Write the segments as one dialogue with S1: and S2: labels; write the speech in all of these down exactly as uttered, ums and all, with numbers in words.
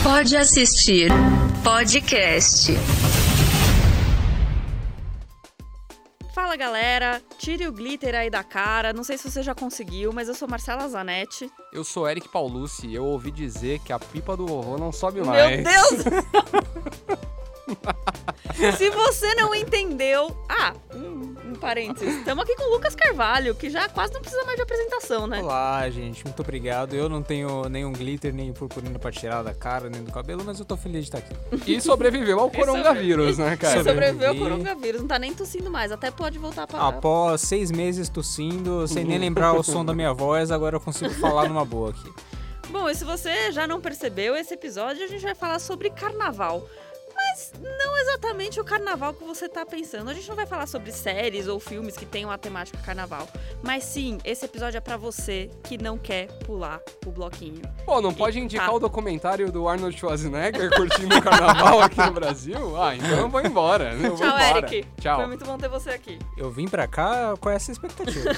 S1: Pode assistir podcast.
S2: Fala galera, tire o glitter aí da cara, não sei se você já conseguiu, mas eu sou Marcela Zanetti.
S3: Eu sou Eric Paulucci e eu ouvi dizer que a pipa do vovô não sobe
S2: Meu
S3: mais.
S2: Meu Deus! Se você não entendeu... Ah, um, um parênteses. Estamos aqui com o Lucas Carvalho, que já quase não precisa mais de apresentação, né?
S4: Olá, gente. Muito obrigado. Eu não tenho nenhum glitter, nem purpurina pra tirar da cara, nem do cabelo, mas eu tô feliz de estar aqui.
S3: E sobreviveu ao coronavírus,
S2: sobre...
S3: né, cara?
S2: E sobreviveu ao coronavírus. Não tá nem tossindo mais. Até pode voltar a parar.
S4: Após seis meses tossindo, sem nem lembrar o som da minha voz, agora eu consigo falar numa boa aqui.
S2: Bom, e se você já não percebeu, esse episódio a gente vai falar sobre carnaval. Mas não exatamente o carnaval que você tá pensando. A gente não vai falar sobre séries ou filmes que tenham a temática carnaval. Mas sim, esse episódio é pra você que não quer pular o bloquinho.
S3: Pô, não pode
S2: E
S3: indicar
S2: tá.
S3: o documentário do Arnold Schwarzenegger curtindo o carnaval aqui no Brasil? Ah, então eu vou embora. Eu vou
S2: Tchau,
S3: embora.
S2: Eric.
S3: Tchau.
S2: Foi muito bom ter você aqui.
S4: Eu vim pra cá com essa expectativa.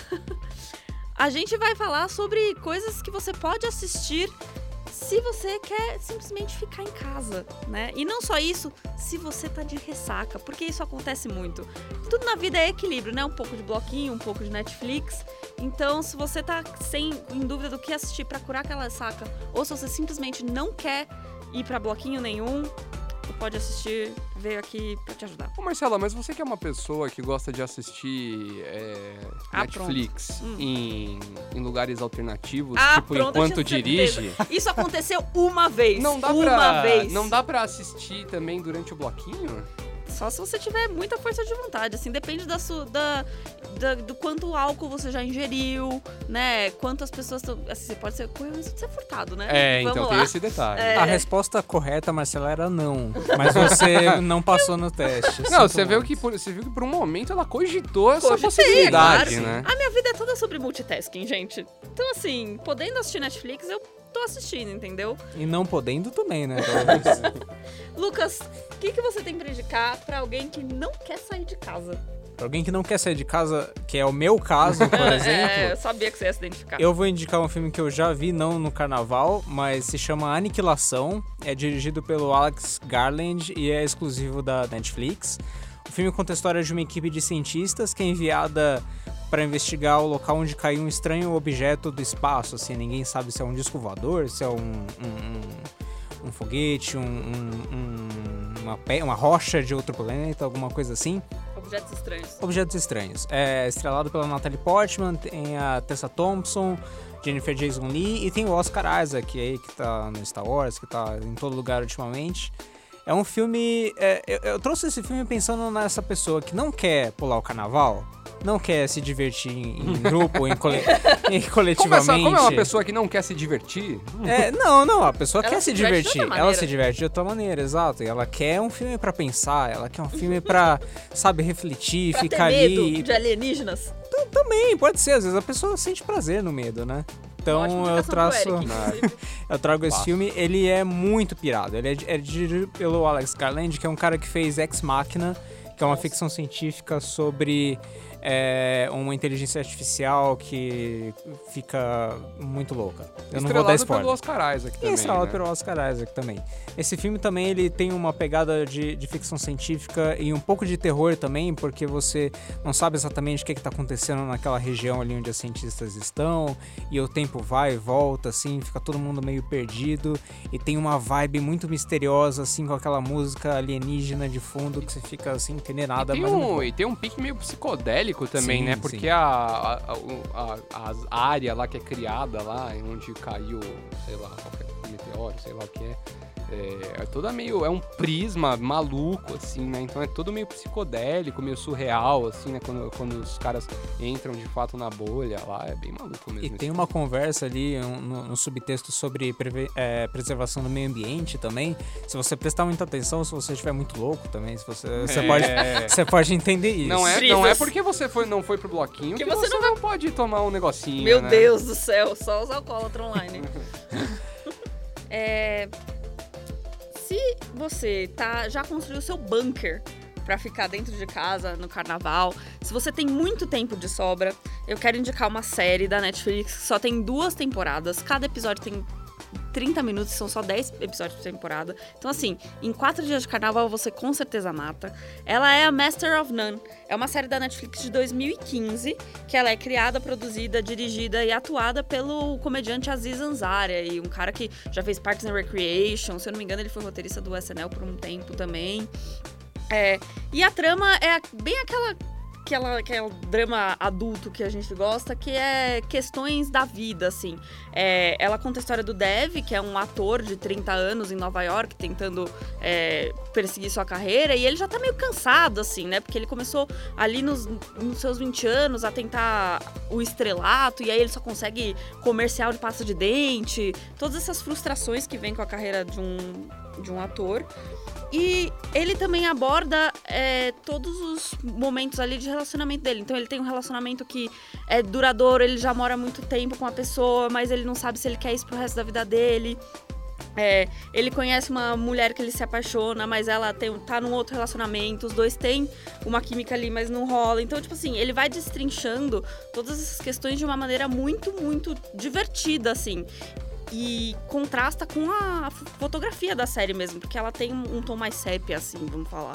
S2: A gente vai falar sobre coisas que você pode assistir se você quer simplesmente ficar em casa, né? E não só isso, se você tá de ressaca, porque isso acontece muito. Tudo na vida é equilíbrio, né? Um pouco de bloquinho, um pouco de Netflix. Então, se você tá sem, em dúvida do que assistir pra curar aquela ressaca, ou se você simplesmente não quer ir pra bloquinho nenhum, você pode assistir, veio aqui pra te ajudar.
S3: Ô, Marcela, mas você que é uma pessoa que gosta de assistir é,
S2: Ah,
S3: Netflix
S2: hum.
S3: em, em lugares alternativos,
S2: Ah,
S3: tipo,
S2: pronto, eu
S3: enquanto
S2: tinha
S3: dirige...
S2: Isso aconteceu uma vez.
S3: Não dá,
S2: uma
S3: pra,
S2: vez.
S3: não dá pra assistir também durante o bloquinho?
S2: Só se você tiver muita força de vontade, assim, depende da sua, da, da, do quanto álcool você já ingeriu, né, quantas pessoas, tão, assim, você pode ser, correu risco de ser furtado, né?
S3: É,
S2: Vamos
S3: então
S2: lá.
S3: tem esse detalhe.
S2: É.
S4: A resposta correta, Marcela, era não. Mas você não passou no teste.
S3: Não,
S4: Sinto
S3: você viu,
S4: muito.
S3: que por, você viu que por um momento ela cogitou essa
S2: Cogitei,
S3: possibilidade,
S2: claro.
S3: né?
S2: A minha vida é toda sobre multitasking, gente. Então, assim, podendo assistir Netflix, eu tô assistindo, entendeu?
S4: E não podendo também, né? Talvez.
S2: Lucas, o que, que você tem pra indicar pra alguém que não quer sair de casa?
S4: Pra alguém que não quer sair de casa, que é o meu caso, por exemplo...
S2: É, eu sabia que você ia se identificar.
S4: Eu vou indicar um filme que eu já vi, não no carnaval, mas se chama Aniquilação. É dirigido pelo Alex Garland e é exclusivo da Netflix. O filme conta a história de uma equipe de cientistas que é enviada para investigar o local onde caiu um estranho objeto do espaço. Assim, ninguém sabe se é um disco voador, se é um, um, um, um foguete, um, um, um, uma, pe- uma rocha de outro planeta, alguma coisa assim.
S2: Objetos estranhos.
S4: Objetos Estranhos. É estrelado pela Natalie Portman, tem a Tessa Thompson, Jennifer Jason Leigh e tem o Oscar Isaac aí, que tá no Star Wars, que tá em todo lugar ultimamente. É um filme... É, eu, eu trouxe esse filme pensando nessa pessoa que não quer pular o carnaval, não quer se divertir em, em grupo, em, cole, em coletivamente.
S3: Como, essa, como é uma pessoa que não quer se divertir?
S4: É, não, não, a pessoa
S2: Ela
S4: quer
S2: se
S4: se
S2: diverte de
S4: divertir,
S2: outra
S4: ela
S2: maneira.
S4: se diverte de outra maneira, exato. E ela quer um filme pra pensar, ela quer um filme pra, sabe, refletir,
S2: Pra
S4: ficar
S2: ter medo
S4: ali.
S2: de alienígenas?
S4: T- Também, pode ser, às vezes a pessoa sente prazer no medo, né? Então
S2: Ótima
S4: eu
S2: indicação
S4: traço,
S2: pro Eric, inclusive.
S4: eu trago esse
S3: Fácil.
S4: filme, ele é muito pirado. Ele é, é dirigido pelo Alex Garland, que é um cara que fez Ex Machina, que é uma ficção científica sobre é, uma inteligência artificial que fica muito louca. Eu não vou dar
S3: Estrelado
S4: spoiler.
S3: pelo Oscar Isaac
S4: E
S3: também,
S4: estrelado
S3: né?
S4: pelo Oscar Isaac também. Esse filme também ele tem uma pegada de, de ficção científica e um pouco de terror também, porque você não sabe exatamente o que está acontecendo naquela região ali onde os cientistas estão, e o tempo vai e volta, assim, fica todo mundo meio perdido, e tem uma vibe muito misteriosa, assim, com aquela música alienígena de fundo que você fica sem entender nada.
S3: E tem,
S4: mas é muito
S3: um,
S4: bom.
S3: e tem um pique meio psicodélico também,
S4: Sim,
S3: né?
S4: sim.
S3: Porque a, a, a, a, a área lá que é criada lá, onde caiu, sei lá, qualquer meteoro, sei lá o que é, é, é toda meio, é um prisma maluco, assim, né? Então é todo meio psicodélico, meio surreal, assim, né? Quando, quando os caras entram de fato na bolha lá, é bem maluco mesmo.
S4: E tem uma conversa ali um, no, no subtexto sobre preve- é, preservação do meio ambiente também. Se você prestar muita atenção, se você estiver muito louco também, se você, você,
S3: É.
S4: pode, você pode entender isso.
S3: Não é,
S2: Brisas.
S3: não é porque você foi, não foi pro bloquinho que,
S2: Que você
S3: você,
S2: não
S3: não, pode tomar um negocinho,
S2: Meu
S3: né?
S2: Deus do céu, só os alcoólatras online. é, se você tá, já construiu seu bunker pra ficar dentro de casa no carnaval, se você tem muito tempo de sobra, eu quero indicar uma série da Netflix que só tem duas temporadas. Cada episódio tem trinta minutos, são só dez episódios por temporada. Então, assim, em quatro dias de carnaval você com certeza mata. Ela é a Master of None. É uma série da Netflix de dois mil e quinze, que ela é criada, produzida, dirigida e atuada pelo comediante Aziz Ansari, e um cara que já fez Parks and Recreation, se eu não me engano ele foi roteirista do S N L por um tempo também. É, e a trama é bem aquela... Aquela, aquele drama adulto que a gente gosta, que é questões da vida, assim. É, ela conta a história do Dev, que é um ator de trinta anos em Nova York, tentando é, perseguir sua carreira, e ele já tá meio cansado, assim, né? Porque ele começou ali nos, nos seus vinte anos a tentar o estrelato, e aí ele só consegue comercial de pasta de dente, todas essas frustrações que vem com a carreira de um, de um ator. E ele também aborda é, todos os momentos ali de relacionamento dele. Então ele tem um relacionamento que é duradouro, ele já mora há muito tempo com a pessoa, mas ele não sabe se ele quer isso pro resto da vida dele. É, ele conhece uma mulher que ele se apaixona, mas ela tem, tá num outro relacionamento. Os dois têm uma química ali, mas não rola. Então, tipo assim, ele vai destrinchando todas essas questões de uma maneira muito, muito divertida, assim. E contrasta com a fotografia da série mesmo, porque ela tem um, um tom mais sépia, assim, vamos falar.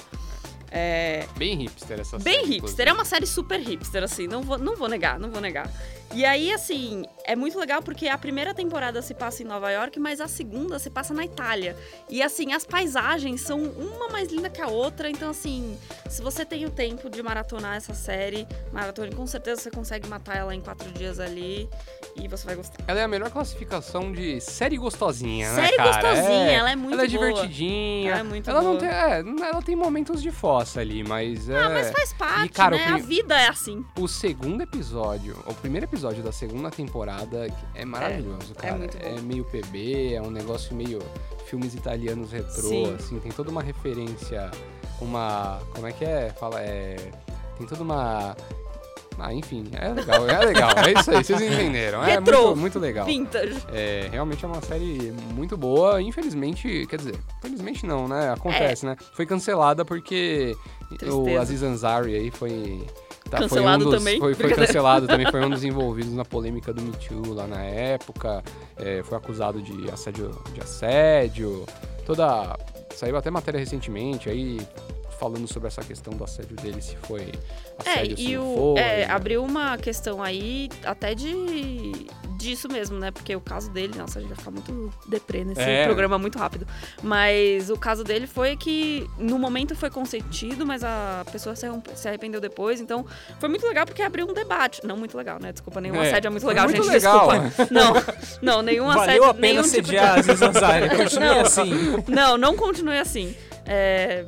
S2: É...
S3: Bem hipster essa
S2: Bem
S3: série.
S2: Bem hipster,
S3: inclusive.
S2: É uma série super hipster, assim, não vou, não vou negar, não vou negar. E aí, assim, é muito legal porque a primeira temporada se passa em Nova York, mas a segunda se passa na Itália. E, assim, as paisagens são uma mais linda que a outra. Então, assim, se você tem o tempo de maratonar essa série, maratone, com certeza você consegue matar ela em quatro dias ali e você vai gostar.
S3: Ela é a melhor classificação de série gostosinha,
S2: série
S3: né, cara?
S2: Gostosinha,
S3: é,
S2: ela é muito
S3: Ela é
S2: boa.
S3: divertidinha.
S2: Ela é muito
S3: ela
S2: boa.
S3: Não tem, é, ela tem momentos de fossa ali, mas é...
S2: Ah, mas faz parte,
S3: e, cara,
S2: né?
S3: o prim...
S2: A vida é assim.
S3: O segundo episódio, o primeiro episódio da segunda temporada é maravilhoso,
S2: é,
S3: cara.
S2: É, muito bom.
S3: É meio P B, é um negócio meio filmes italianos retrô,
S2: Sim.
S3: assim, tem toda uma referência, uma... Como é que é? Fala, é... Tem toda uma... Ah, enfim, é legal, é legal, é isso aí, vocês entenderam. É
S2: Retrô,
S3: muito, muito legal.
S2: Vintage.
S3: É, realmente é uma série muito boa, infelizmente, quer dizer, infelizmente não, né? Acontece, é. né? Foi cancelada porque
S2: Tristeza.
S3: o Aziz Ansari aí foi... Tá,
S2: cancelado
S3: foi um dos,
S2: também.
S3: Foi, foi cancelado também, foi um dos envolvidos na polêmica do Me Too lá na época, é, foi acusado de assédio, de assédio, toda... Saiu até matéria recentemente aí... falando sobre essa questão do assédio dele, se foi assédio,
S2: é,
S3: se
S2: e
S3: não
S2: o,
S3: foi.
S2: É, abriu uma questão aí até de disso mesmo, né? Porque o caso dele, nossa, a gente vai ficar muito deprê nesse
S3: É.
S2: programa muito rápido. Mas o caso dele foi que no momento foi consentido, mas a pessoa se arrependeu depois. Então foi muito legal porque abriu um debate. Não muito legal, né? Desculpa, nenhum
S3: É,
S2: assédio é muito
S3: foi
S2: legal,
S3: muito
S2: gente.
S3: legal.
S2: Desculpa. Não, não, nenhum
S4: Valeu
S2: assédio.
S4: a pena
S2: nenhum
S4: sediar
S2: tipo de...
S4: Aziz Ansari, continue
S2: Não.
S4: assim.
S2: Não, não continue assim. É...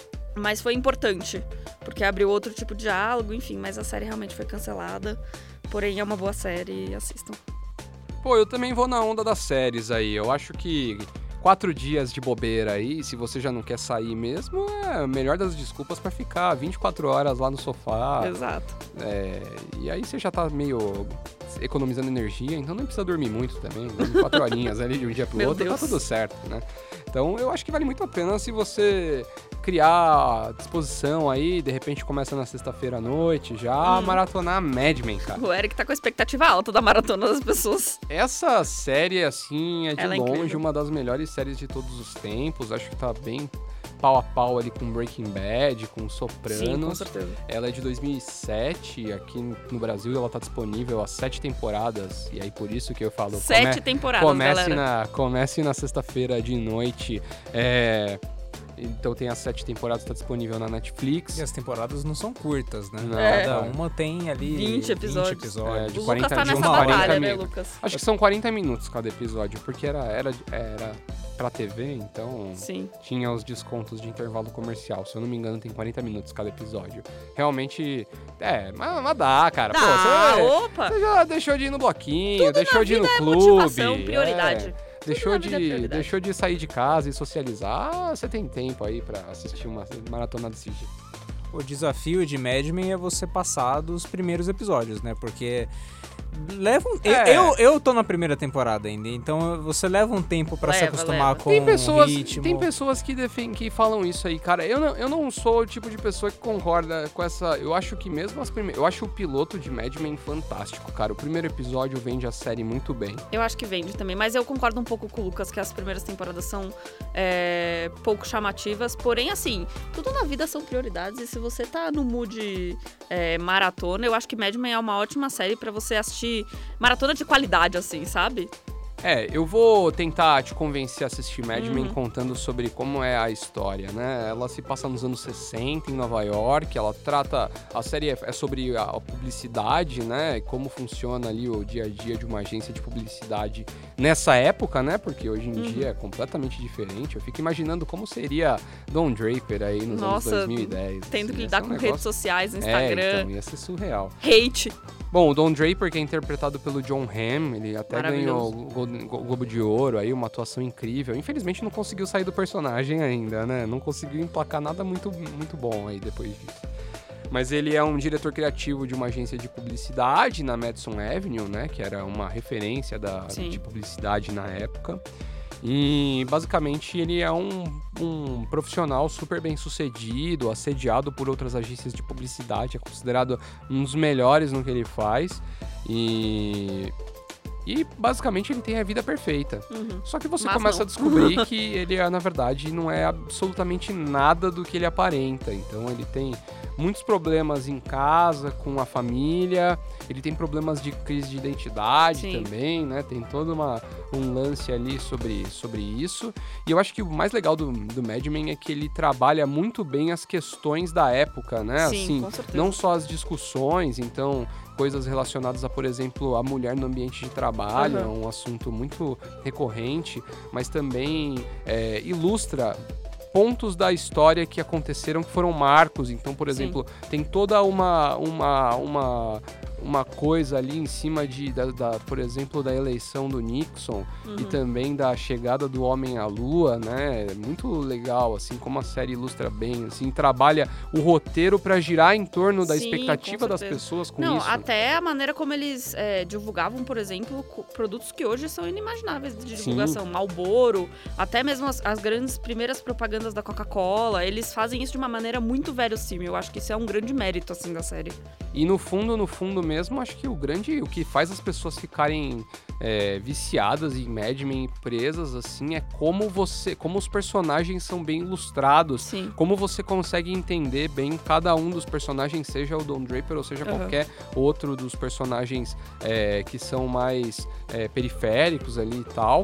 S2: Mas foi importante, porque abriu outro tipo de diálogo, enfim, mas a série realmente foi cancelada. Porém, é uma boa série, assistam.
S3: Pô, eu também vou na onda das séries aí. Eu acho que quatro dias de bobeira aí, se você já não quer sair mesmo, é a melhor das desculpas pra ficar vinte e quatro horas lá no sofá.
S2: Exato.
S3: É, e aí você já tá meio economizando energia, então não precisa dormir muito também. Quatro horinhas ali de um dia pro
S2: Meu
S3: outro,
S2: Deus.
S3: tá tudo certo, né? Então eu acho que vale muito a pena se você criar disposição aí, de repente começa na sexta-feira à noite, já
S2: Hum.
S3: maratonar Mad Men, cara.
S2: O Eric tá com a expectativa alta da maratona das pessoas.
S3: Essa série, assim, é de
S2: Ela é
S3: longe
S2: incrível.
S3: uma das melhores séries de todos os tempos. Acho que tá bem pau a pau ali com Breaking Bad, com Sopranos.
S2: Sim, com certeza.
S3: Ela é de dois mil e sete, aqui no Brasil ela tá disponível há sete temporadas, e aí por isso que eu falo...
S2: Sete
S3: come-
S2: temporadas,
S3: comece
S2: galera.
S3: na Comece na sexta-feira de noite, é... Então tem as sete temporadas, tá disponível na Netflix.
S4: E as temporadas não são curtas, né?
S3: Não,
S2: É.
S4: Cada
S3: não.
S4: uma tem ali
S2: vinte episódios.
S3: É,
S4: episódios.
S3: de
S2: O
S3: quarenta,
S2: Lucas tá
S3: de
S2: nessa
S3: uma quarenta
S2: batalha, né,
S3: minutos.
S2: Lucas?
S3: Acho que são quarenta minutos cada episódio, porque era, era, era pra T V, então
S2: Sim.
S3: tinha os descontos de intervalo comercial. Se eu não me engano, tem quarenta minutos cada episódio. Realmente, é, mas, mas dá, cara.
S2: Dá,
S3: Pô, você,
S2: opa!
S3: você já deixou de ir no bloquinho,
S2: Tudo
S3: deixou
S2: na
S3: de ir no
S2: vida é
S3: clube.
S2: motivação, prioridade.
S3: é, Deixou
S2: na vida é
S3: de,
S2: prioridade.
S3: deixou de sair de casa e socializar. Ah, você tem tempo aí pra assistir uma maratona desse jeito.
S4: O desafio de Mad Men é você passar dos primeiros episódios, né? Porque leva um...
S3: É.
S4: Eu, eu tô na primeira temporada ainda, então você leva um tempo pra se
S2: Leva,
S4: acostumar
S2: leva.
S4: com
S3: Tem pessoas,
S4: o ritmo.
S3: tem pessoas que, defendem, que falam isso aí, cara. Eu não, eu não sou o tipo de pessoa que concorda com essa... Eu acho que mesmo as primeiras... Eu acho o piloto de Mad Men fantástico, cara. O primeiro episódio vende a série muito bem.
S2: Eu acho que vende também, mas eu concordo um pouco com o Lucas que as primeiras temporadas são é, pouco chamativas, porém, assim, tudo na vida são prioridades e se você tá no mood é, maratona, eu acho que Mad Men é uma ótima série pra você assistir maratona de qualidade, assim, sabe?
S3: É, eu vou tentar te convencer a assistir Mad Men
S2: Uhum.
S3: contando sobre como é a história, né? Ela se passa nos anos sessenta, em Nova York, ela trata... A série é, é sobre a, a publicidade, né? Como funciona ali o dia a dia de uma agência de publicidade nessa época, né? Porque hoje em
S2: Uhum.
S3: dia é completamente diferente. Eu fico imaginando como seria Don Draper aí nos
S2: Nossa,
S3: anos dois mil e dez.
S2: Tendo
S3: assim,
S2: que
S3: ia
S2: lidar
S3: ser um
S2: com
S3: negócio-
S2: redes sociais,
S3: É,
S2: Instagram,
S3: então, ia ser surreal.
S2: hate.
S3: Bom, o Don Draper, que é interpretado pelo John Hamm, ele até ganhou
S2: Maravilhoso.
S3: o Golden- Go- Globo de Ouro aí, uma atuação incrível. Infelizmente não conseguiu sair do personagem ainda, né? Não conseguiu emplacar nada muito, muito bom aí depois disso. Mas ele é um diretor criativo de uma agência de publicidade na Madison Avenue, né? Que era uma referência da,
S2: Sim.
S3: de publicidade na época. E basicamente ele é um, um profissional super bem sucedido, assediado por outras agências de publicidade, é considerado um dos melhores no que ele faz. E, e basicamente ele tem a vida perfeita.
S2: Uhum.
S3: Só que você
S2: Mas
S3: começa
S2: não.
S3: a descobrir que ele, é, na verdade, não é absolutamente nada do que ele aparenta. Então ele tem muitos problemas em casa, com a família, ele tem problemas de crise de identidade
S2: Sim.
S3: também, né? Tem todo uma, um lance ali sobre, sobre isso. E eu acho que o mais legal do, do Mad Men é que ele trabalha muito bem as questões da época, né?
S2: Sim,
S3: assim,
S2: com certeza.
S3: não só as discussões, então coisas relacionadas a, por exemplo, a mulher no ambiente de trabalho, é
S2: Uhum.
S3: um assunto muito recorrente, mas também é, ilustra pontos da história que aconteceram que foram marcos. Então, por
S2: Sim.
S3: exemplo, tem toda uma uma uma uma coisa ali em cima de, da, da, por exemplo, da eleição do Nixon
S2: Uhum.
S3: e também da chegada do homem à lua, né? Muito legal, assim, como a série ilustra bem, assim, trabalha o roteiro para girar em torno da
S2: Sim,
S3: expectativa
S2: com
S3: das
S2: certeza.
S3: pessoas com
S2: Não,
S3: isso.
S2: até a maneira como eles é, divulgavam, por exemplo, co- produtos que hoje são inimagináveis de
S3: Sim.
S2: divulgação. Marlboro, até mesmo as, as grandes primeiras propagandas da Coca-Cola, eles fazem isso de uma maneira muito verossímil. Eu acho que isso é um grande mérito, assim, da série.
S3: E no fundo, no fundo mesmo, acho que o grande, o que faz as pessoas ficarem é, viciadas em Mad Men, presas, assim, é como você, como os personagens são bem ilustrados,
S2: Sim.
S3: como você consegue entender bem cada um dos personagens, seja o Don Draper ou seja
S2: Uhum.
S3: qualquer outro dos personagens é, que são mais é, periféricos ali e tal,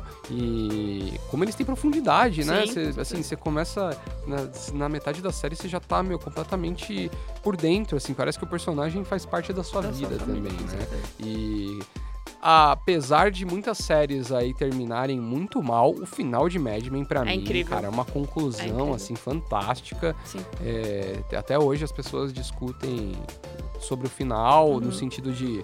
S3: e como eles têm profundidade, né?
S2: Sim,
S3: Cê,
S2: com certeza.
S3: assim, você começa na, na metade da série, você já tá, meu, completamente por dentro, assim, parece que o personagem faz parte da sua
S2: Da sua
S3: vida
S2: família,
S3: também,
S2: com
S3: né?
S2: certeza.
S3: E apesar de muitas séries aí terminarem muito mal, o final de Mad Men pra
S2: É
S3: mim,
S2: incrível.
S3: cara, é uma
S2: É
S3: conclusão
S2: incrível.
S3: assim fantástica.
S2: Sim.
S3: É, até hoje as pessoas discutem sobre o final
S2: Uhum.
S3: no sentido de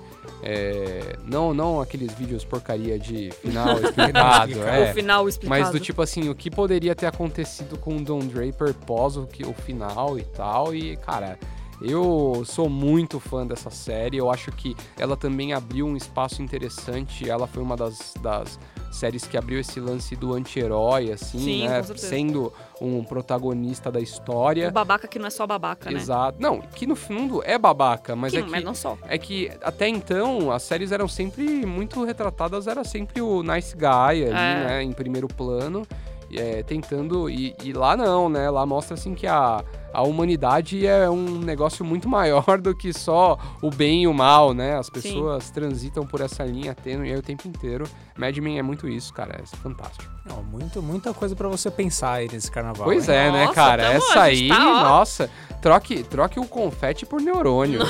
S3: é, não não aqueles vídeos porcaria de final explicado,
S4: Explicado.
S3: é,
S2: O final explicado.
S3: mas do tipo assim, o que poderia ter acontecido com o Don Draper pós o, que, o final e tal. E, cara, eu sou muito fã dessa série. Eu acho que ela também abriu um espaço interessante. Ela foi uma das, das séries que abriu esse lance do anti-herói, assim,
S2: Sim,
S3: né?
S2: com certeza.
S3: Sendo um protagonista da
S2: O
S3: história.
S2: babaca que não é só babaca, né?
S3: Exato. Não, que no fundo é babaca, mas
S2: Que
S3: é
S2: não,
S3: que...
S2: mas não só.
S3: É que até então as séries eram sempre muito retratadas, era sempre o nice guy ali,
S2: É.
S3: né, em primeiro plano, é, tentando. E, e lá não, né? Lá mostra assim que a, a humanidade é um negócio muito maior do que só o bem e o mal, né? As pessoas transitam por essa linha tênue aí o tempo inteiro. Mad Men é muito isso, cara. É fantástico.
S4: Não, muito, muita coisa pra você pensar aí nesse carnaval.
S3: Pois
S4: hein?
S3: é, né,
S2: Nossa,
S3: cara?
S2: tamo-
S3: Essa
S2: a gente
S3: aí,
S2: tá, ó.
S3: nossa, troque, troque o confete por neurônio.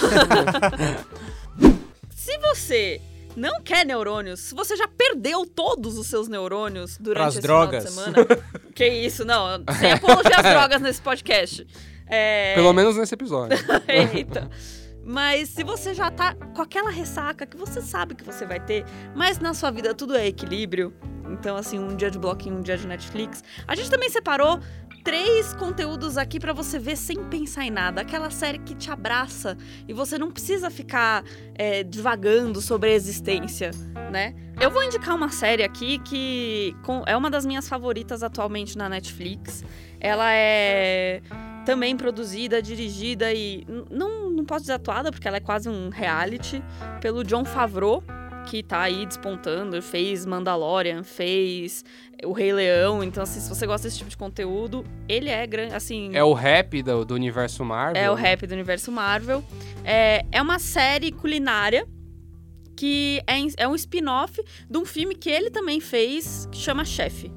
S2: Se você não quer neurônios, se você já perdeu todos os seus neurônios durante
S4: Pras
S2: esse
S4: drogas.
S2: final de semana... que isso, não. Sem apologia às drogas nesse podcast. É...
S3: Pelo menos nesse episódio.
S2: Eita. Mas se você já tá com aquela ressaca que você sabe que você vai ter, mas na sua vida tudo é equilíbrio, Então, assim, um dia de bloquinho, um dia de Netflix. A gente também separou três conteúdos aqui pra você ver sem pensar em nada. Aquela série que te abraça e você não precisa ficar é, divagando sobre a existência, né? Eu vou indicar uma série aqui que é uma das minhas favoritas atualmente na Netflix. Ela é também produzida, dirigida e não, não posso dizer atuada, porque ela é quase um reality, pelo Jon Favreau, que tá aí despontando, fez Mandalorian, fez O Rei Leão. Então, assim, se você gosta desse tipo de conteúdo, ele é grande, assim...
S3: É o rap do, do universo Marvel?
S2: É o rap do universo Marvel. É, é uma série culinária que é, é um spin-off de um filme que ele também fez, que chama Chef.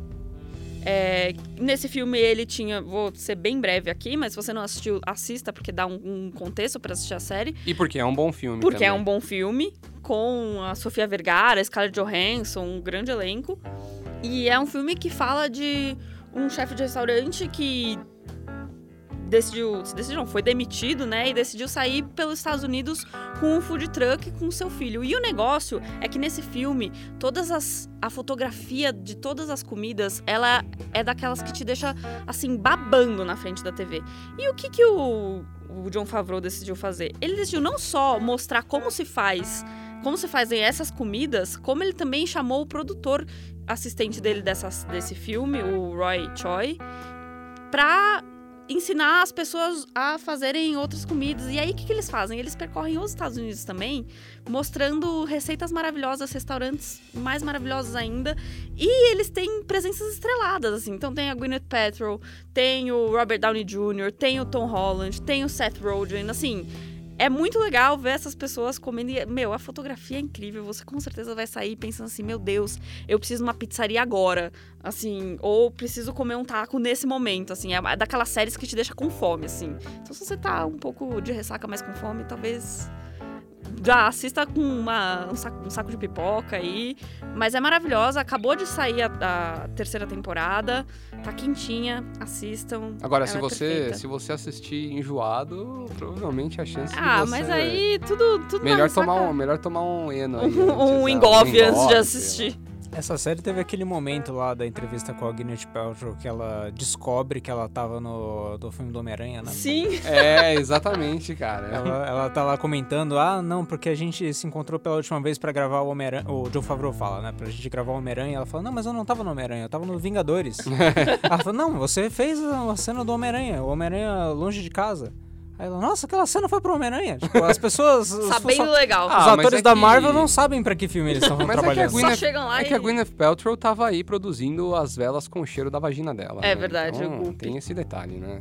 S2: É, nesse filme ele tinha, vou ser bem breve aqui, mas se você não assistiu, assista, porque dá um, um contexto pra assistir a série.
S3: E porque é um bom filme
S2: Porque
S3: também.
S2: é um bom filme, com a Sofia Vergara, a Scarlett Johansson, um grande elenco. E é um filme que fala de um chefe de restaurante que decidiu, se decidiu não, foi demitido, né, e decidiu sair pelos Estados Unidos com um food truck com seu filho. E o negócio é que nesse filme, todas as, a fotografia de todas as comidas, ela é daquelas que te deixa, assim, babando na frente da T V. E o que que o, o Jon Favreau decidiu fazer? Ele decidiu não só mostrar como se faz, como se fazem essas comidas, como ele também chamou o produtor assistente dele dessas, desse filme, o Roy Choi, pra ensinar as pessoas a fazerem outras comidas. E aí, o que, que eles fazem? Eles percorrem os Estados Unidos também, mostrando receitas maravilhosas, restaurantes mais maravilhosos ainda. E eles têm presenças estreladas, assim. Então, tem a Gwyneth Paltrow, tem o Robert Downey Júnior, tem o Tom Holland, tem o Seth Rogen, assim... É muito legal ver essas pessoas comendo e, meu, a fotografia é incrível. Você com certeza vai sair pensando assim, meu Deus, eu preciso de uma pizzaria agora, assim, ou preciso comer um taco nesse momento, assim. É daquelas séries que te deixa com fome, assim. Então, se você tá um pouco de ressaca, mais com fome, talvez já assista com uma, um, saco, um saco de pipoca aí. Mas é maravilhosa, acabou de sair a, a terceira temporada, tá quentinha, assistam.
S3: Agora,
S2: Ela
S3: se
S2: é
S3: você,
S2: perfeita.
S3: se você assistir enjoado, provavelmente a chance
S2: Ah,
S3: de você...
S2: mas aí tudo, tudo
S3: Melhor
S2: na
S3: tomar,
S2: ressaca.
S3: um, melhor tomar um Eno aí.
S2: Um, um
S3: antes,
S2: engove
S3: um
S2: antes de
S3: engove,
S2: assistir.
S4: Essa série teve aquele momento lá da entrevista com a Gwyneth Paltrow que ela descobre que ela tava no, no filme do Homem-Aranha, né?
S2: Sim.
S3: É, exatamente, cara.
S4: Ela, ela tá lá comentando, ah, não, porque a gente se encontrou pela última vez pra gravar o Homem-Aranha, o Jon Favreau fala, né, pra gente gravar o Homem-Aranha, ela fala, não, mas eu não tava no Homem-Aranha, eu tava no Vingadores. Ela falou, não, você fez a cena do Homem-Aranha, o Homem-Aranha longe de casa. Aí ela, nossa, aquela cena foi pro Homem-Aranha. Tipo, as pessoas... os
S2: Sabendo
S4: funcio-
S2: legal.
S3: Ah,
S4: Os
S3: mas
S4: atores
S3: é
S4: da
S3: que-
S4: Marvel não sabem pra que filme eles estão
S3: Mas é que a
S4: trabalhando.
S3: Gwyneth,
S2: Só chegam lá
S3: é
S2: e-
S3: que a Gwyneth Paltrow tava aí produzindo as velas com o cheiro da vagina dela.
S2: É
S3: né?
S2: verdade,
S3: Então,
S2: o Goop.
S3: tem esse detalhe, né?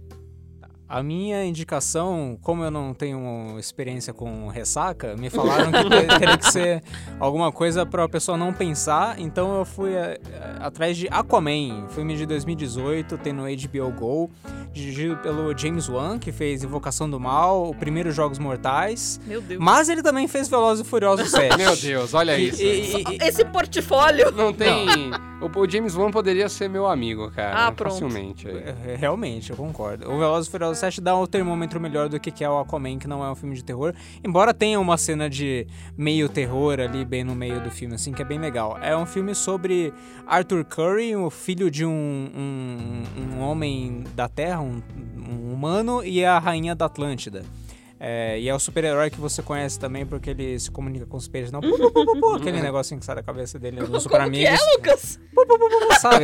S4: A minha indicação, como eu não tenho experiência com ressaca, me falaram que te- teria que ser alguma coisa pra pessoa não pensar, então eu fui a- a- atrás de Aquaman, filme de dois mil e dezoito, tem no H B O Go, dirigido pelo James Wan, que fez Invocação do Mal, o primeiro Jogos Mortais,
S2: Meu Deus.
S4: mas ele também fez Velozes e Furiosos sete.
S3: Meu Deus, olha
S4: E-
S3: isso.
S4: e- e-
S2: Esse portfólio.
S3: Não tem... O, o James Wan poderia ser meu amigo, cara.
S2: Ah, pronto.
S3: Facilmente. aí.
S4: É, realmente, eu concordo. O Velozes e Furiosos sete dá um termômetro melhor do que que é o Aquaman, que não é um filme de terror. Embora tenha uma cena de meio terror ali, bem no meio do filme, assim, que é bem legal. É um filme sobre Arthur Curry, o filho de um, um, um homem da Terra, um, um humano, e a rainha da Atlântida. É, e é o super-herói que você conhece também, porque ele se comunica com os peixes. Não, pu, pu, pu, pu, pu, aquele negocinho que sai da cabeça dele dos Super
S2: Como que
S4: Amigos.
S2: é, Lucas?
S4: Sabe?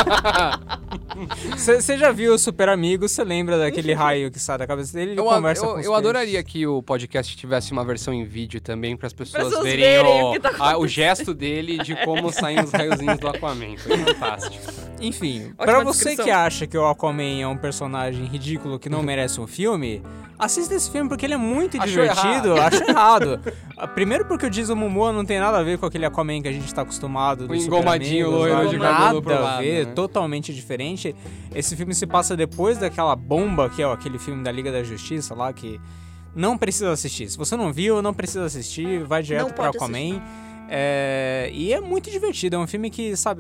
S4: Você já viu o Super Amigo, você lembra daquele raio que sai da cabeça dele e ele
S3: Eu,
S4: conversa
S3: eu,
S4: com os
S3: eu
S4: peixes.
S3: adoraria que o podcast tivesse uma versão em vídeo também, para as pessoas
S2: pessoas
S3: verem,
S2: verem
S3: o,
S2: o que tá
S3: a- o
S2: acontecendo.
S3: gesto dele de como saem os raiozinhos do Aquaman. Foi fantástico.
S4: Enfim,
S2: Ótima
S4: pra você
S2: descrição.
S4: que acha que o Aquaman é um personagem ridículo que não merece um filme, assista esse filme porque ele é muito
S3: Achou
S4: divertido.
S3: errado.
S4: Acho errado. Ah, Primeiro porque o Jason Momoa não tem nada a ver com aquele Aquaman que a gente tá acostumado. do
S3: O
S4: Super
S3: engomadinho
S4: Amigos,
S3: loiro
S4: lá,
S2: de
S3: cabelo pro
S4: Nada a
S3: lado,
S4: ver,
S3: né?
S4: totalmente diferente. Esse filme se passa depois daquela bomba que é aquele filme da Liga da Justiça lá que não precisa assistir. Se você não viu, não precisa assistir, vai direto
S2: Não
S4: pra
S2: pode
S4: Aquaman. É, e é muito divertido, é um filme que, sabe,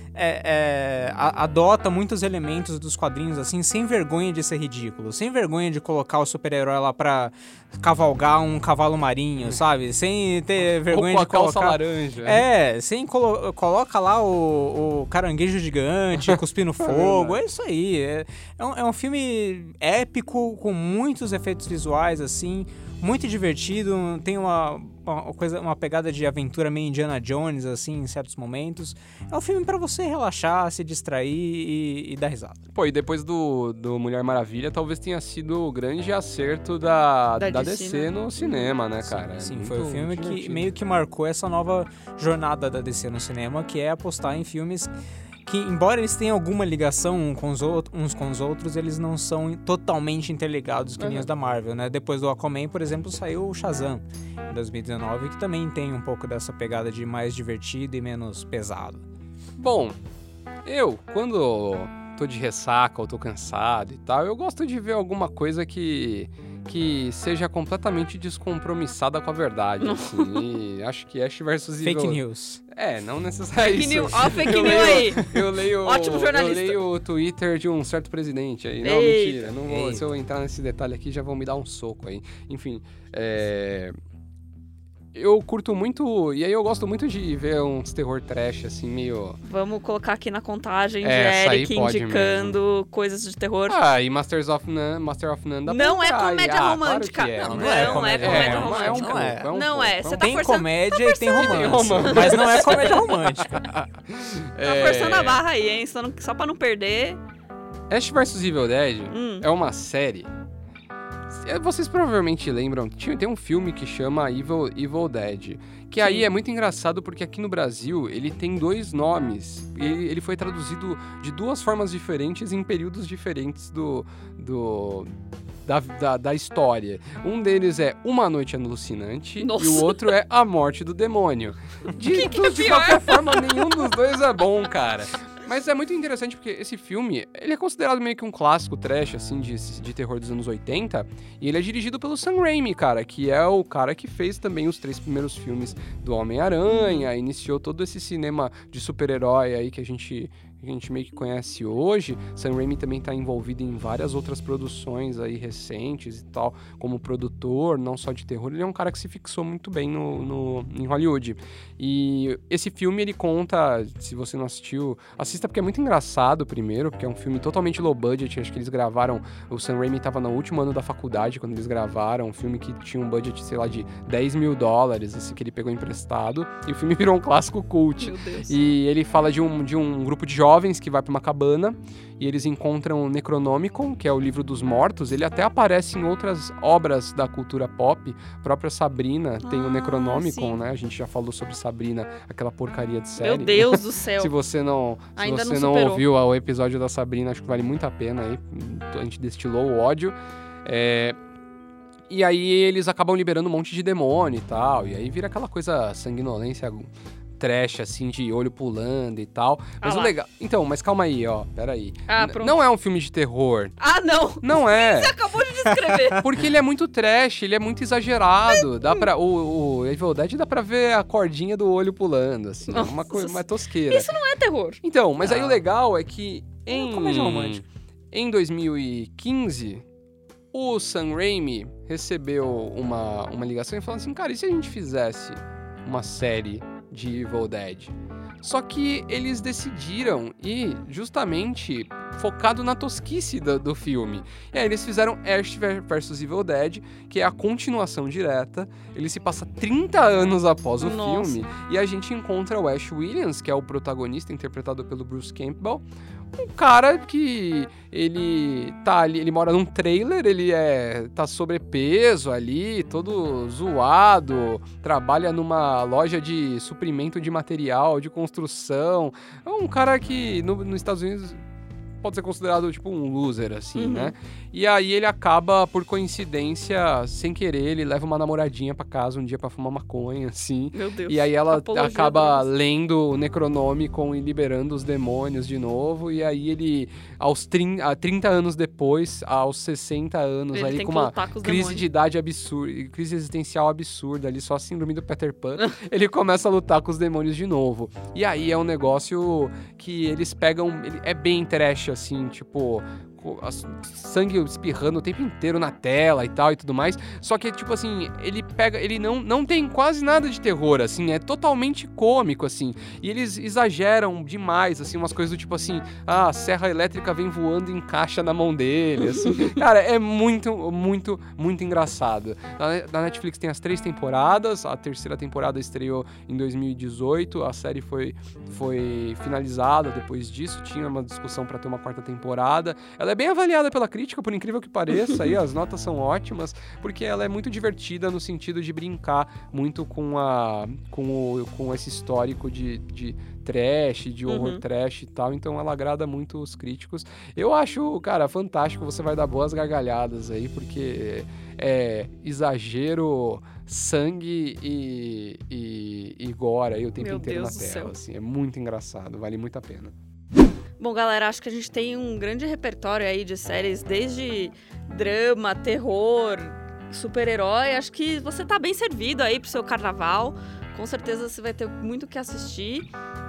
S4: é, é, a- adota muitos elementos dos quadrinhos, assim, sem vergonha de ser ridículo. Sem vergonha de colocar o super-herói lá pra cavalgar um cavalo marinho, sabe? Sem ter vergonha
S3: Ou com a
S4: de colocar...
S3: calça laranja.
S4: É, sem colo... coloca lá o, o caranguejo gigante cuspindo fogo, é isso aí. É, é, um, é um filme épico, com muitos efeitos visuais, assim, muito divertido, tem uma, uma, coisa, uma pegada de aventura meio Indiana Jones, assim, em certos momentos. É um filme pra você relaxar, se distrair e, e dar risada.
S3: Pô, e depois do, do Mulher Maravilha, talvez tenha sido o grande acerto da,
S2: Da
S3: da,
S2: D C,
S3: D C no cinema, né, cara?
S4: Sim,
S3: Muito
S4: foi o filme que
S3: divertido.
S4: meio que marcou essa nova jornada da D C no cinema, que é apostar em filmes que, embora eles tenham alguma ligação um com os outros, uns com os outros, eles não são totalmente interligados que nem
S3: Uhum.
S4: os da Marvel, né? Depois do Aquaman, por exemplo, saiu o Shazam, em dois mil e dezenove, que também tem um pouco dessa pegada de mais divertido e menos pesado.
S3: Bom, eu, quando tô de ressaca ou tô cansado e tal, eu gosto de ver alguma coisa que, que seja completamente descompromissada com a verdade, assim. E acho que Ash versus Evil...
S4: Fake news.
S3: É, não necessariamente
S2: Fake
S3: isso.
S2: news. Ó, fake
S3: Eu
S2: news
S3: leio-
S2: aí.
S3: Eu leio,
S2: Ótimo jornalista.
S3: Eu leio o Twitter de um certo presidente aí. Não,
S2: Eita.
S3: mentira. Não vou, se eu entrar nesse detalhe aqui, já vão me dar um soco aí. Enfim, é... eu curto muito... E aí eu gosto muito de ver uns terror trash, assim, meio...
S2: Vamos colocar aqui na contagem de
S3: É, essa aí
S2: Eric
S3: pode
S2: indicando coisas de terror.
S3: Ah, e Masters of None, Master of None dá pra
S2: Não é
S3: entrar aí.
S2: comédia
S3: Ah, claro
S2: romântica.
S3: que é.
S2: Não,
S4: não é
S2: não é
S4: comédia
S2: comédia
S4: romântica.
S3: É um
S2: romântica.
S3: pouco,
S4: Não é.
S3: é um
S2: Não
S3: pouco,
S2: é,
S3: um
S2: você tá
S4: Tem
S2: forçando-
S4: comédia e tem romance,
S3: Tem romance.
S4: mas não é comédia romântica.
S2: Tá
S3: É,
S2: forçando a barra aí, hein? Só, não- só pra não perder.
S3: Ash versus Evil Dead
S2: Hum.
S3: é uma série. É, vocês provavelmente lembram, tinha- tem um filme que chama Evil, Evil Dead. Que aí
S2: Sim.
S3: é muito engraçado porque aqui no Brasil ele tem dois nomes. Ele, ele foi traduzido de duas formas diferentes em períodos diferentes do, do, da, da, da história. Um deles é Uma Noite Alucinante
S2: Nossa.
S3: e o outro é A Morte do Demônio. De,
S2: Que que é
S3: de
S2: pior?
S3: qualquer forma, nenhum dos dois é bom, cara. Mas é muito interessante porque esse filme, ele é considerado meio que um clássico trash, assim, de, de terror dos anos oitenta. E ele é dirigido pelo Sam Raimi, cara, que é o cara que fez também os três primeiros filmes do Homem-Aranha, iniciou todo esse cinema de super-herói aí que a gente... que a gente meio que conhece hoje. Sam Raimi também tá envolvido em várias outras produções aí recentes e tal, como produtor, não só de terror. Ele é um cara que se fixou muito bem no, no, em Hollywood. E esse filme, ele conta, se você não assistiu, assista porque é muito engraçado primeiro, porque é um filme totalmente low budget. Acho que eles gravaram, o Sam Raimi tava no último ano da faculdade quando eles gravaram, um filme que tinha um budget, sei lá, de dez mil dólares, assim, que ele pegou emprestado. E o filme virou um clássico cult.
S2: Meu Deus.
S3: E ele fala de um, de um grupo de jovens que vai pra uma cabana e eles encontram o Necronomicon, que é o livro dos mortos. Ele até aparece em outras obras da cultura pop. A própria Sabrina tem o
S2: Ah,
S3: Necronomicon,
S2: sim.
S3: né? A gente já falou sobre Sabrina, aquela porcaria de série.
S2: Meu Deus do céu.
S3: Se você não, se
S2: Ainda
S3: você
S2: não
S3: não
S2: superou.
S3: ouviu o episódio da Sabrina, acho que vale muito a pena aí. A gente destilou o ódio. É... E aí eles acabam liberando um monte de demônio e tal. E aí vira aquela coisa sanguinolência trash, assim, de olho pulando e tal. Mas
S2: Ah
S3: o
S2: lá.
S3: legal... Então, mas calma aí, ó. Pera aí.
S2: Ah,
S3: N-
S2: pronto.
S3: Não é um filme de terror.
S2: Ah, não.
S3: Não é.
S2: Você acabou de descrever.
S3: Porque ele é muito trash, ele é muito exagerado. Dá pra... O, o Evil Dead dá pra ver a cordinha do olho pulando, assim. É uma
S2: Nossa.
S3: coisa mais tosqueira.
S2: Isso não é terror.
S3: Então, mas aí
S4: Não.
S3: o legal é que em,
S4: comédia romântica.
S3: em dois mil e quinze, o Sam Raimi recebeu uma, uma ligação e falou assim, cara, e se a gente fizesse uma série de Evil Dead? Só que eles decidiram ir justamente focado na tosquice do, do filme. E aí eles fizeram Ash versus Evil Dead, que é a continuação direta. Ele se passa trinta anos após o
S2: Nossa.
S3: filme. E a gente encontra o Ash Williams, que é o protagonista, interpretado pelo Bruce Campbell. Um cara que ele tá ali, ele mora num trailer, ele é tá sobrepeso ali, todo zoado, trabalha numa loja de suprimento de material, de construção. É um cara que no, nos Estados Unidos pode ser considerado, tipo, um loser, assim,
S2: Uhum.
S3: né? E aí ele acaba, por coincidência, sem querer, ele leva uma namoradinha pra casa um dia pra fumar maconha, assim.
S2: Meu Deus.
S3: E aí ela
S2: Apologia
S3: acaba
S2: a drogas.
S3: lendo o Necronomicon e liberando os demônios de novo. E aí ele, aos trinta, trinta anos depois, aos sessenta anos,
S2: Ele
S3: ali
S2: tem
S3: com
S2: que
S3: uma
S2: lutar com os
S3: crise
S2: demônios.
S3: de idade absurda, crise existencial absurda ali, só a síndrome do Peter Pan, ele começa a lutar com os demônios de novo. E aí é um negócio que eles pegam, ele é bem trash, assim, tipo... com as- sangue espirrando o tempo inteiro na tela e tal e tudo mais. Só que, tipo assim, ele pega... Ele não, não tem quase nada de terror, assim. É totalmente cômico, assim. E eles exageram demais, assim. Umas coisas do tipo assim... Ah, a serra elétrica vem voando e encaixa na mão dele, assim. Cara, é muito, muito, muito engraçado. Na, na Netflix tem as três temporadas. A terceira temporada estreou em dois mil e dezoito. A série foi, foi finalizada depois disso. Tinha uma discussão pra ter uma quarta temporada. Ela é bem avaliada pela crítica, por incrível que pareça, aí as notas são ótimas, porque ela é muito divertida no sentido de brincar muito com, a, com, o, com esse histórico de, de trash, de horror
S2: Uhum.
S3: trash e tal, então ela agrada muito os críticos. Eu acho, cara, fantástico, você vai dar boas gargalhadas aí, porque é exagero, sangue e, e, e gore aí o tempo
S2: Meu
S3: inteiro
S2: Deus
S3: na
S2: do
S3: tela,
S2: céu.
S3: assim, é muito engraçado, vale muito a pena.
S2: Bom, galera, acho que a gente tem um grande repertório aí de séries, desde drama, terror, super-herói. Acho que você tá bem servido aí pro seu carnaval. Com certeza você vai ter muito o que assistir.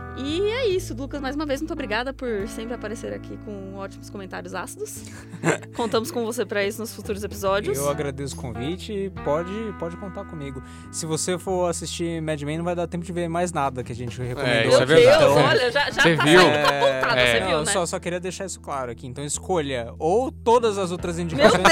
S2: E é isso, Lucas, mais uma vez, muito obrigada por sempre aparecer aqui com ótimos comentários ácidos. Contamos com você pra isso nos futuros episódios.
S4: Eu agradeço o convite e pode, pode contar comigo. Se você for assistir Mad Men, não vai dar tempo de ver mais nada que a gente recomendou.
S3: É,
S2: Meu
S3: isso é
S2: Deus,
S3: verdade.
S2: olha, já, já
S3: Você
S2: tá
S3: viu?
S2: saindo pra pontada,
S3: É.
S2: você
S4: Não,
S2: viu,
S4: eu
S2: né?
S4: só, só queria deixar isso claro aqui. Então escolha ou todas as outras
S2: Meu
S4: indicações.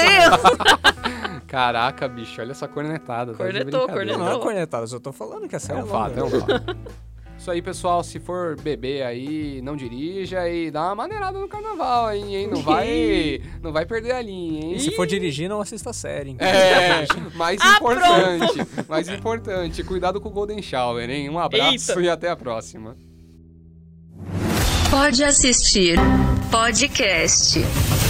S2: Deus!
S3: Caraca, bicho, olha essa cornetada. tá de
S2: Cornetou,
S3: brincadeira.
S4: Não é cornetada, eu só tô falando que a
S3: É
S4: série é
S3: um fato, é
S4: longa.
S3: um fato. Isso aí, pessoal, se for beber aí, não dirija e dá uma maneirada no carnaval aí, hein? Não vai, não vai perder a linha, hein?
S4: E se for dirigir, não assista a série. então.
S3: É, mais
S2: Ah,
S3: importante, mais importante, cuidado com o Golden Shower, hein? Um abraço
S2: Eita.
S3: e até a próxima.
S1: Pode assistir podcast.